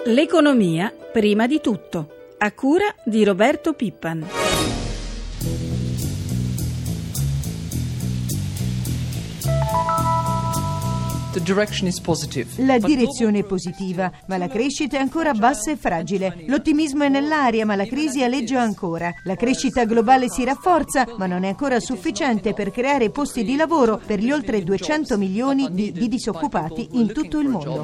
L'economia prima di tutto, a cura di Roberto Pippan. La direzione è positiva, ma la crescita è ancora bassa e fragile. L'ottimismo è nell'aria, ma la crisi aleggia ancora. La crescita globale si rafforza, ma non è ancora sufficiente per creare posti di lavoro per gli oltre 200 milioni di disoccupati in tutto il mondo.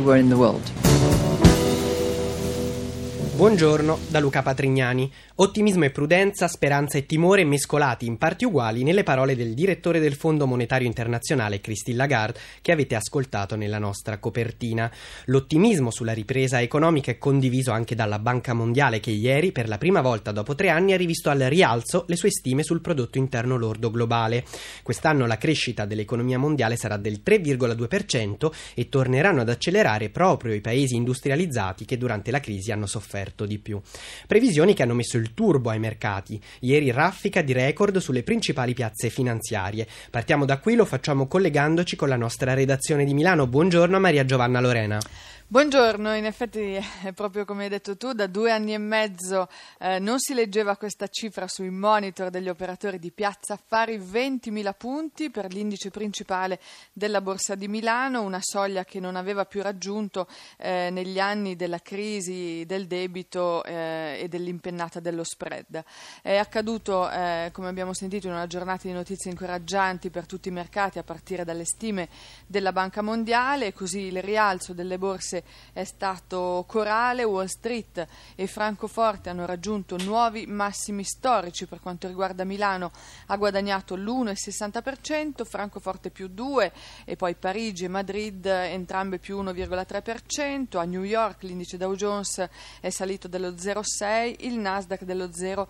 Buongiorno da Luca Patrignani. Ottimismo e prudenza, speranza e timore mescolati in parti uguali nelle parole del direttore del Fondo Monetario Internazionale Christine Lagarde, che avete ascoltato nella nostra copertina. L'ottimismo sulla ripresa economica è condiviso anche dalla Banca Mondiale, che ieri, per la prima volta dopo 3 anni, ha rivisto al rialzo le sue stime sul prodotto interno lordo globale. Quest'anno la crescita dell'economia mondiale sarà del 3,2% e torneranno ad accelerare proprio i paesi industrializzati che durante la crisi hanno sofferto di più. Previsioni che hanno messo il turbo ai mercati. Ieri raffica di record sulle principali piazze finanziarie. Partiamo da qui, lo facciamo collegandoci con la nostra redazione di Milano. Buongiorno a Maria Giovanna Lorena. Buongiorno, in effetti è proprio come hai detto tu, da 2 anni e mezzo non si leggeva questa cifra sui monitor degli operatori di Piazza Affari, 20.000 punti per l'indice principale della Borsa di Milano, una soglia che non aveva più raggiunto negli anni della crisi del debito e dell'impennata dello spread. È accaduto, come abbiamo sentito, in una giornata di notizie incoraggianti per tutti i mercati, a partire dalle stime della Banca Mondiale, così il rialzo delle borse è stato corale. Wall Street e Francoforte hanno raggiunto nuovi massimi storici. Per quanto riguarda Milano ha guadagnato l'1,60%, Francoforte più 2% e poi Parigi e Madrid entrambe più 1,3%. A New York l'indice Dow Jones è salito dello 0,6%, il Nasdaq dello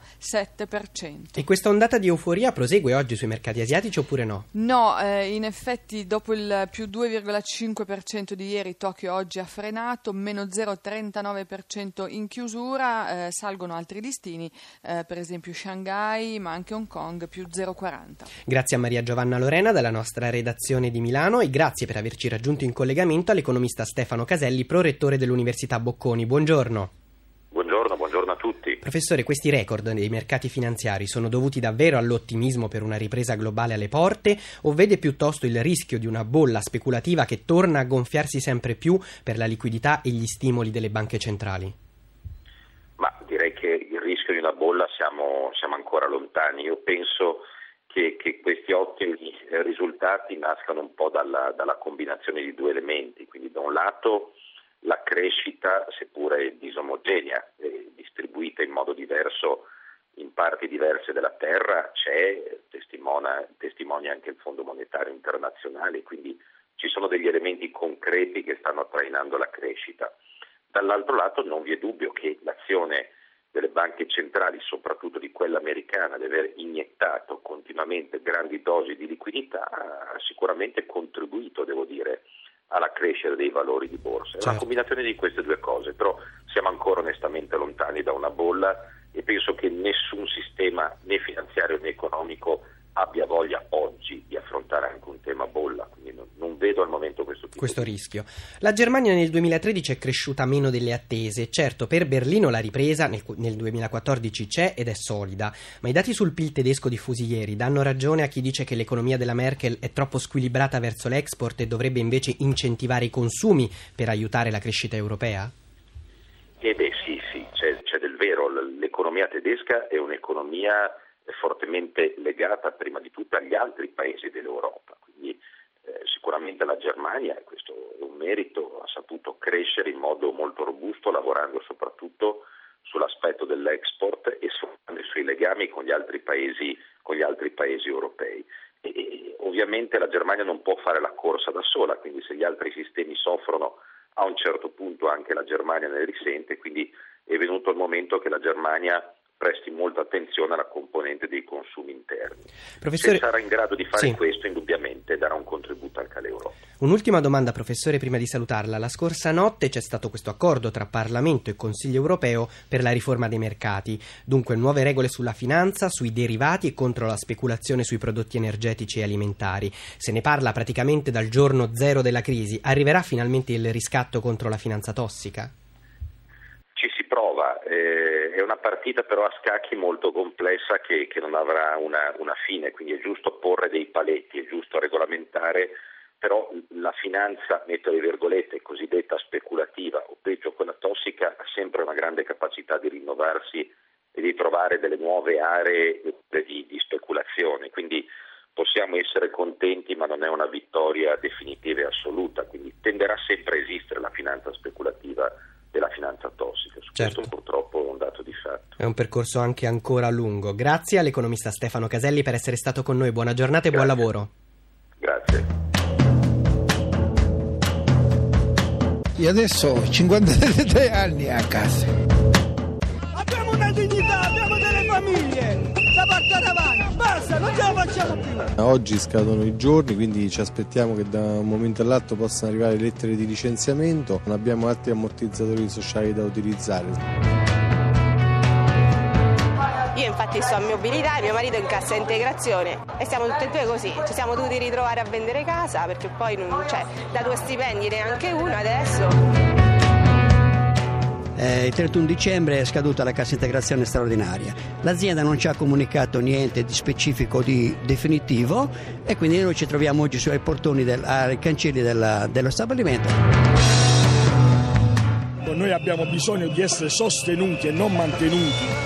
0,7%. E questa ondata di euforia prosegue oggi sui mercati asiatici oppure no? No, in effetti dopo il più 2,5% di ieri Tokyo oggi ha frenato, meno 0,39% in chiusura, salgono altri listini, per esempio Shanghai, ma anche Hong Kong, più 0,40. Grazie a Maria Giovanna Lorena dalla nostra redazione di Milano e grazie per averci raggiunto in collegamento all'economista Stefano Caselli, prorettore dell'Università Bocconi. Buongiorno. Buongiorno a tutti. Professore, questi record dei mercati finanziari sono dovuti davvero all'ottimismo per una ripresa globale alle porte o vede piuttosto il rischio di una bolla speculativa che torna a gonfiarsi sempre più per la liquidità e gli stimoli delle banche centrali? Ma direi che il rischio di una bolla siamo ancora lontani. Io penso che questi ottimi risultati nascano un po' dalla combinazione di 2 elementi, quindi da un lato la crescita, seppure disomogenea, distribuita in modo diverso in parti diverse della terra, c'è, testimonia anche il Fondo Monetario Internazionale, quindi ci sono degli elementi concreti che stanno trainando la crescita. Dall'altro lato non vi è dubbio che l'azione delle banche centrali, soprattutto di quella americana, di aver iniettato continuamente grandi dosi di liquidità ha sicuramente contribuito, devo dire, alla crescita dei valori di borsa. È una combinazione di queste 2 cose, però siamo ancora onestamente lontani da una bolla e penso che nessun sistema né finanziario né economico abbia voglia oggi di affrontare anche un tema bolla, quindi non vedo al momento questo rischio. La Germania nel 2013 è cresciuta meno delle attese. Certo, per Berlino la ripresa nel 2014 c'è ed è solida, ma i dati sul PIL tedesco diffusi ieri danno ragione a chi dice che l'economia della Merkel è troppo squilibrata verso l'export e dovrebbe invece incentivare i consumi per aiutare la crescita europea? Sì, c'è del vero. L'economia tedesca è un'economia fortemente legata prima di tutto agli altri paesi dell'Europa, quindi sicuramente la Germania, e questo è un merito, ha saputo crescere in modo molto robusto, lavorando soprattutto sull'aspetto dell'export e sui legami con gli altri paesi europei. E ovviamente la Germania non può fare la corsa da sola, quindi se gli altri sistemi soffrono, a un certo punto anche la Germania ne risente, quindi è venuto il momento che la Germania presti molta attenzione alla componente dei consumi interni. Professore, se sarà in grado di fare questo, indubbiamente darà un contributo anche all'Europa. Un'ultima domanda, professore, prima di salutarla. La scorsa notte c'è stato questo accordo tra Parlamento e Consiglio europeo per la riforma dei mercati. Dunque nuove regole sulla finanza, sui derivati e contro la speculazione sui prodotti energetici e alimentari. Se ne parla praticamente dal giorno zero della crisi. Arriverà finalmente il riscatto contro la finanza tossica? è una partita però a scacchi molto complessa che non avrà una fine, quindi è giusto porre dei paletti, è giusto regolamentare, però la finanza, metto le virgolette, cosiddetta speculativa o peggio quella tossica, ha sempre una grande capacità di rinnovarsi e di trovare delle nuove aree di speculazione, quindi possiamo essere contenti, ma non è una vittoria definitiva e assoluta, quindi tenderà sempre a esistere la finanza speculativa della finanza tossica. Su certo. Questo purtroppo è un dato di fatto. È un percorso anche ancora lungo. Grazie all'economista Stefano Caselli per essere stato con noi. Buona giornata e buon lavoro. Grazie. Io adesso ho 53 anni a casa. Abbiamo una dignità, abbiamo delle famiglie da portare avanti. Basta, non ce la facciamo più. Oggi scadono i giorni, quindi ci aspettiamo che da un momento all'altro possano arrivare lettere di licenziamento. Non abbiamo altri ammortizzatori sociali da utilizzare. Io infatti sto a mobilità e mio marito in cassa integrazione e siamo tutti e due così, ci siamo dovuti ritrovare a vendere casa perché poi non c'è da 2 stipendi neanche uno adesso. Il 31 dicembre è scaduta la cassa integrazione straordinaria. L'azienda non ci ha comunicato niente di specifico, di definitivo, e quindi noi ci troviamo oggi sui portoni, ai cancelli dello stabilimento. Noi abbiamo bisogno di essere sostenuti e non mantenuti.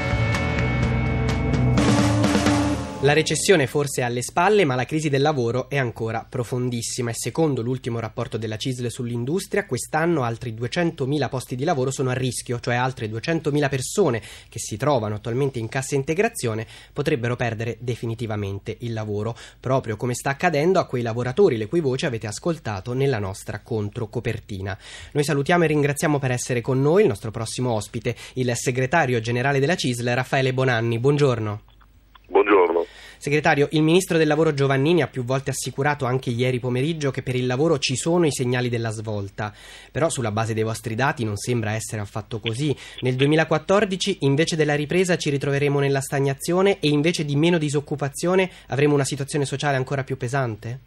La recessione forse è alle spalle, ma la crisi del lavoro è ancora profondissima e secondo l'ultimo rapporto della CISL sull'industria, quest'anno altri 200.000 posti di lavoro sono a rischio, cioè altre 200.000 persone che si trovano attualmente in cassa integrazione potrebbero perdere definitivamente il lavoro, proprio come sta accadendo a quei lavoratori le cui voci avete ascoltato nella nostra controcopertina. Noi salutiamo e ringraziamo per essere con noi il nostro prossimo ospite, il segretario generale della CISL, Raffaele Bonanni. Buongiorno. Buongiorno. Segretario, il ministro del lavoro Giovannini ha più volte assicurato anche ieri pomeriggio che per il lavoro ci sono i segnali della svolta, però sulla base dei vostri dati non sembra essere affatto così. Nel 2014 invece della ripresa ci ritroveremo nella stagnazione e invece di meno disoccupazione avremo una situazione sociale ancora più pesante?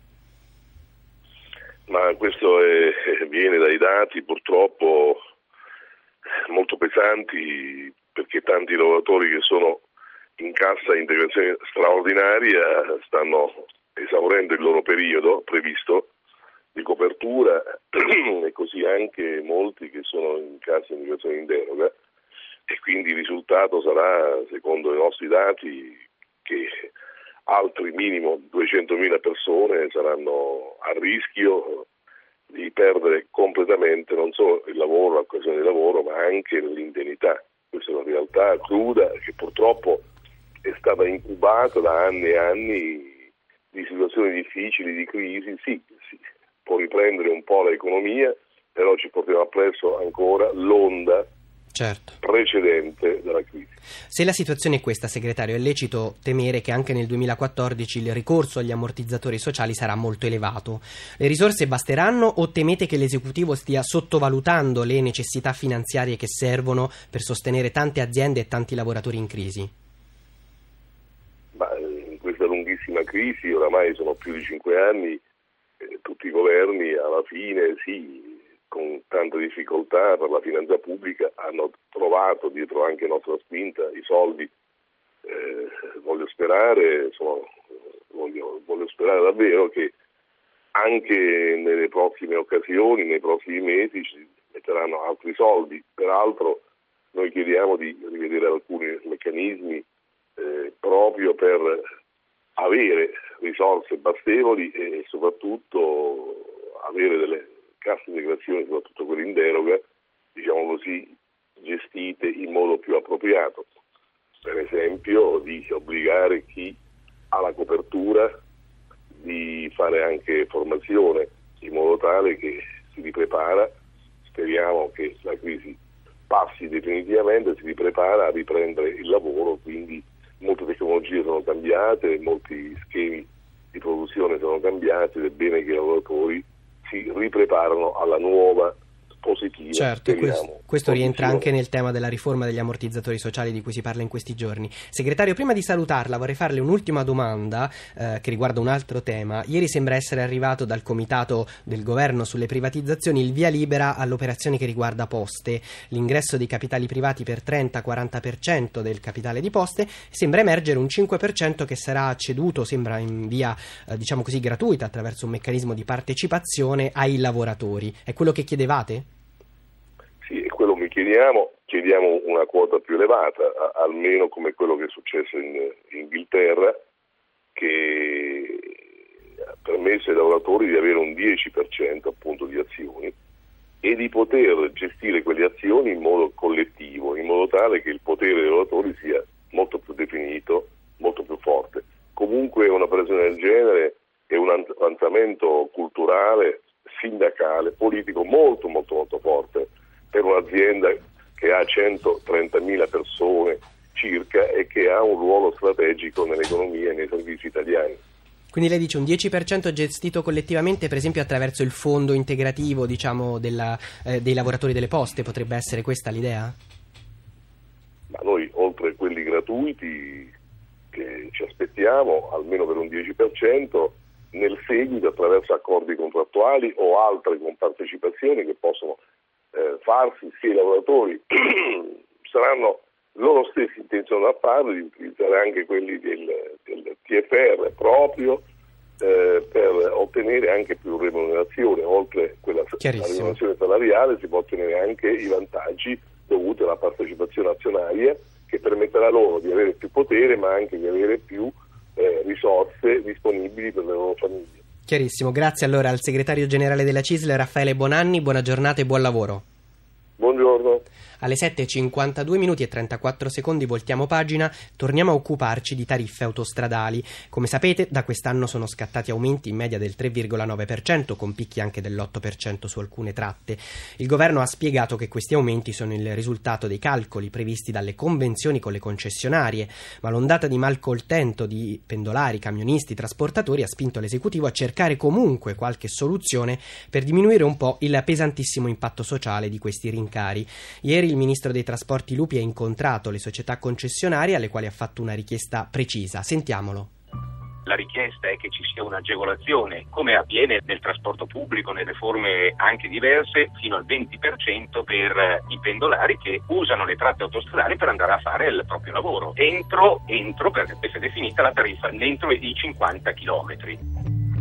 Ma questo viene dai dati purtroppo molto pesanti, perché tanti lavoratori che sono in cassa integrazione straordinaria stanno esaurendo il loro periodo previsto di copertura e così anche molti che sono in cassa integrazione in deroga, e quindi il risultato sarà, secondo i nostri dati, che altri minimo 200.000 persone saranno a rischio di perdere completamente non solo il lavoro, l'occasione di lavoro, ma anche l'indennità. Questa è una realtà cruda che purtroppo è stata incubata da anni e anni di situazioni difficili, di crisi. Sì, può riprendere un po' l'economia, però ci portiamo appresso ancora l'onda precedente della crisi. Se la situazione è questa, segretario, è lecito temere che anche nel 2014 il ricorso agli ammortizzatori sociali sarà molto elevato. Le risorse basteranno o temete che l'esecutivo stia sottovalutando le necessità finanziarie che servono per sostenere tante aziende e tanti lavoratori in crisi? In questa lunghissima crisi, oramai sono più di 5 anni, tutti i governi alla fine, con tanta difficoltà per la finanza pubblica, hanno trovato dietro anche nostra spinta i soldi. Voglio sperare davvero che anche nelle prossime occasioni, nei prossimi mesi ci metteranno altri soldi. Peraltro noi chiediamo di rivedere alcuni meccanismi proprio per avere risorse bastevoli e soprattutto avere delle casse integrazioni, soprattutto quelle in deroga, diciamo così, gestite in modo più appropriato. Per esempio di obbligare chi ha la copertura di fare anche formazione in modo tale che si riprepara, speriamo che la crisi passi definitivamente, si riprepara a riprendere il lavoro, quindi molte tecnologie sono cambiate, molti schemi di produzione sono cambiati ed è bene che i lavoratori si ripreparano alla nuova positiva linea. Certo, questo rientra anche nel tema della riforma degli ammortizzatori sociali di cui si parla in questi giorni. Segretario, prima di salutarla vorrei farle un'ultima domanda che riguarda un altro tema. Ieri sembra essere arrivato dal comitato del governo sulle privatizzazioni il via libera all'operazione che riguarda Poste, l'ingresso dei capitali privati per 30-40% del capitale di Poste. Sembra emergere un 5% che sarà ceduto, sembra in via diciamo così gratuita, attraverso un meccanismo di partecipazione ai lavoratori. È quello che chiedevate? Sì, è quello che chiediamo una quota più elevata, almeno come quello che è successo in Inghilterra, che ha permesso ai lavoratori di avere un 10% appunto di azioni e di poter gestire quelle azioni in modo collettivo, in modo tale che il potere dei lavoratori sia molto più definito, molto più forte. Comunque un'operazione del genere è un avanzamento culturale, sindacale, politico molto molto molto forte per un'azienda che ha 130.000 persone circa e che ha un ruolo strategico nell'economia e nei servizi italiani. Quindi lei dice un 10% gestito collettivamente, per esempio attraverso il fondo integrativo, diciamo, dei lavoratori delle poste, potrebbe essere questa l'idea? Ma noi, oltre a quelli gratuiti che ci aspettiamo, almeno per un 10%, nel seguito attraverso accordi contrattuali o altre compartecipazioni che possono farsi, se i lavoratori saranno loro stessi intenzionati a farlo, di utilizzare anche quelli del TFR proprio per ottenere anche più remunerazione. Oltre quella remunerazione salariale si può ottenere anche i vantaggi dovuti alla partecipazione azionaria, che permetterà loro di avere più potere ma anche di avere più risorse disponibili per le loro famiglie. Chiarissimo, grazie allora al segretario generale della CISL Raffaele Bonanni, buona giornata e buon lavoro. Buongiorno. Alle 7:52 minuti e 34 secondi voltiamo pagina, torniamo a occuparci di tariffe autostradali. Come sapete, da quest'anno sono scattati aumenti in media del 3,9%, con picchi anche dell'8% su alcune tratte. Il governo ha spiegato che questi aumenti sono il risultato dei calcoli previsti dalle convenzioni con le concessionarie, ma l'ondata di malcontento di pendolari, camionisti, trasportatori ha spinto l'esecutivo a cercare comunque qualche soluzione per diminuire un po' il pesantissimo impatto sociale di questi rincari. Ieri il ministro dei trasporti Lupi ha incontrato le società concessionarie alle quali ha fatto una richiesta precisa. Sentiamolo. La richiesta è che ci sia un'agevolazione, come avviene nel trasporto pubblico, nelle forme anche diverse, fino al 20% per i pendolari che usano le tratte autostradali per andare a fare il proprio lavoro. Entro, perché questa è definita la tariffa, dentro i 50 chilometri.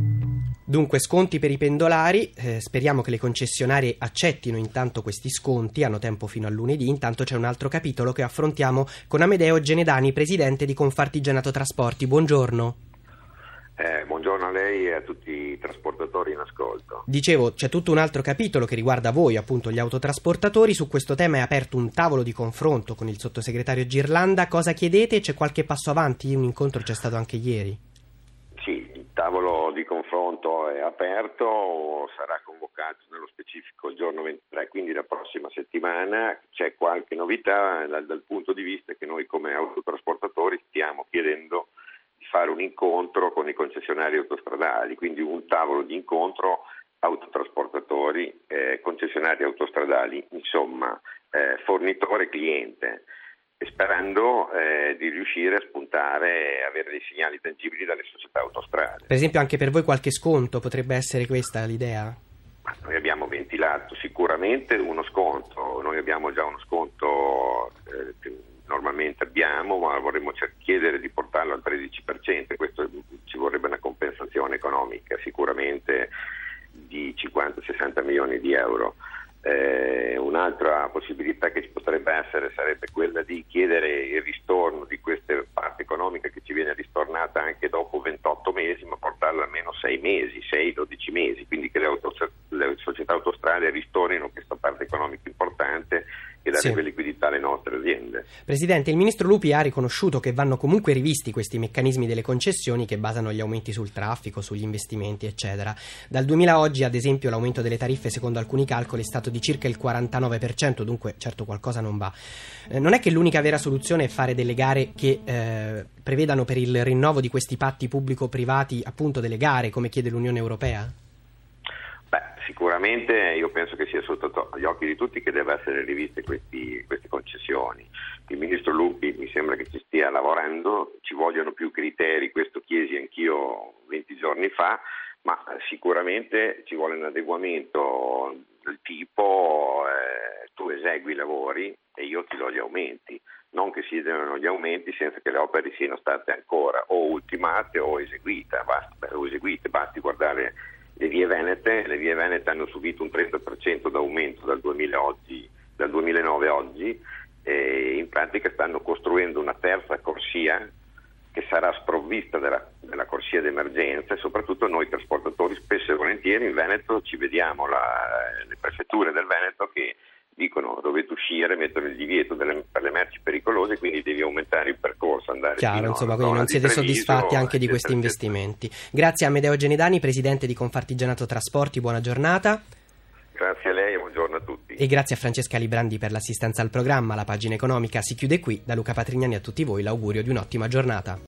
Dunque sconti per i pendolari, speriamo che le concessionarie accettino intanto questi sconti, hanno tempo fino a lunedì. Intanto c'è un altro capitolo che affrontiamo con Amedeo Genedani, presidente di Confartigianato Trasporti. Buongiorno. Buongiorno a lei e a tutti i trasportatori in ascolto. Dicevo, c'è tutto un altro capitolo che riguarda voi, appunto gli autotrasportatori. Su questo tema è aperto un tavolo di confronto con il sottosegretario Girlanda. Cosa chiedete? C'è qualche passo avanti? Un incontro c'è stato anche ieri. Sì, il tavolo di confronto è aperto, sarà convocato nello specifico il giorno 23, quindi la prossima settimana. C'è qualche novità dal punto di vista che noi come autotrasportatori stiamo chiedendo di fare un incontro con i concessionari autostradali, quindi un tavolo di incontro autotrasportatori, concessionari autostradali, insomma fornitore cliente, sperando di riuscire a spuntare e avere dei segnali tangibili dalle società autostrade. Per esempio anche per voi qualche sconto, potrebbe essere questa l'idea? Ma noi abbiamo ventilato sicuramente uno sconto, noi abbiamo già uno sconto che normalmente abbiamo, ma vorremmo chiedere di portarlo al 13%, questo ci vorrebbe una compensazione economica sicuramente di 50-60 milioni di euro. Un'altra possibilità che ci potrebbe essere sarebbe quella di chiedere il ristorno di questa parte economica che ci viene ristornata anche dopo 28 mesi, ma portarla almeno 6 mesi, 6-12 mesi, quindi che le società autostrade ristornino questa parte economica importante e dare liquidità alle nostre aziende. Presidente, il ministro Lupi ha riconosciuto che vanno comunque rivisti questi meccanismi delle concessioni che basano gli aumenti sul traffico, sugli investimenti, eccetera. Dal 2000 a oggi, ad esempio, l'aumento delle tariffe, secondo alcuni calcoli, è stato di circa il 49%, dunque certo qualcosa non va. Non è che l'unica vera soluzione è fare delle gare che prevedano per il rinnovo di questi patti pubblico-privati appunto delle gare, come chiede l'Unione Europea? Beh, Sicuramente io penso che sia sotto gli occhi di tutti che deve essere riviste queste concessioni. Il ministro Lupi mi sembra che ci stia lavorando, ci vogliono più criteri, questo chiesi anch'io 20 giorni fa, ma sicuramente ci vuole un adeguamento del tipo tu esegui i lavori e io ti do gli aumenti, non che si diano gli aumenti senza che le opere siano state ancora o ultimate o eseguite, basti guardare le vie venete hanno subito un 30% d'aumento dal 2009 a oggi, e in pratica stanno costruendo una terza corsia che sarà sprovvista della corsia d'emergenza, e soprattutto noi trasportatori spesso e volentieri in Veneto ci vediamo le prefetture del Veneto che dicono dovete uscire, mettono il divieto per le merci pericolose, quindi devi aumentare il percorso, andare chiaro, insomma, quindi non siete soddisfatti anche di questi investimenti. Grazie a Amedeo Genedani, presidente di Confartigianato Trasporti, buona giornata. Grazie a lei e buongiorno a tutti. E grazie a Francesca Librandi per l'assistenza al programma. La pagina economica si chiude qui. Da Luca Patrignani a tutti voi l'augurio di un'ottima giornata.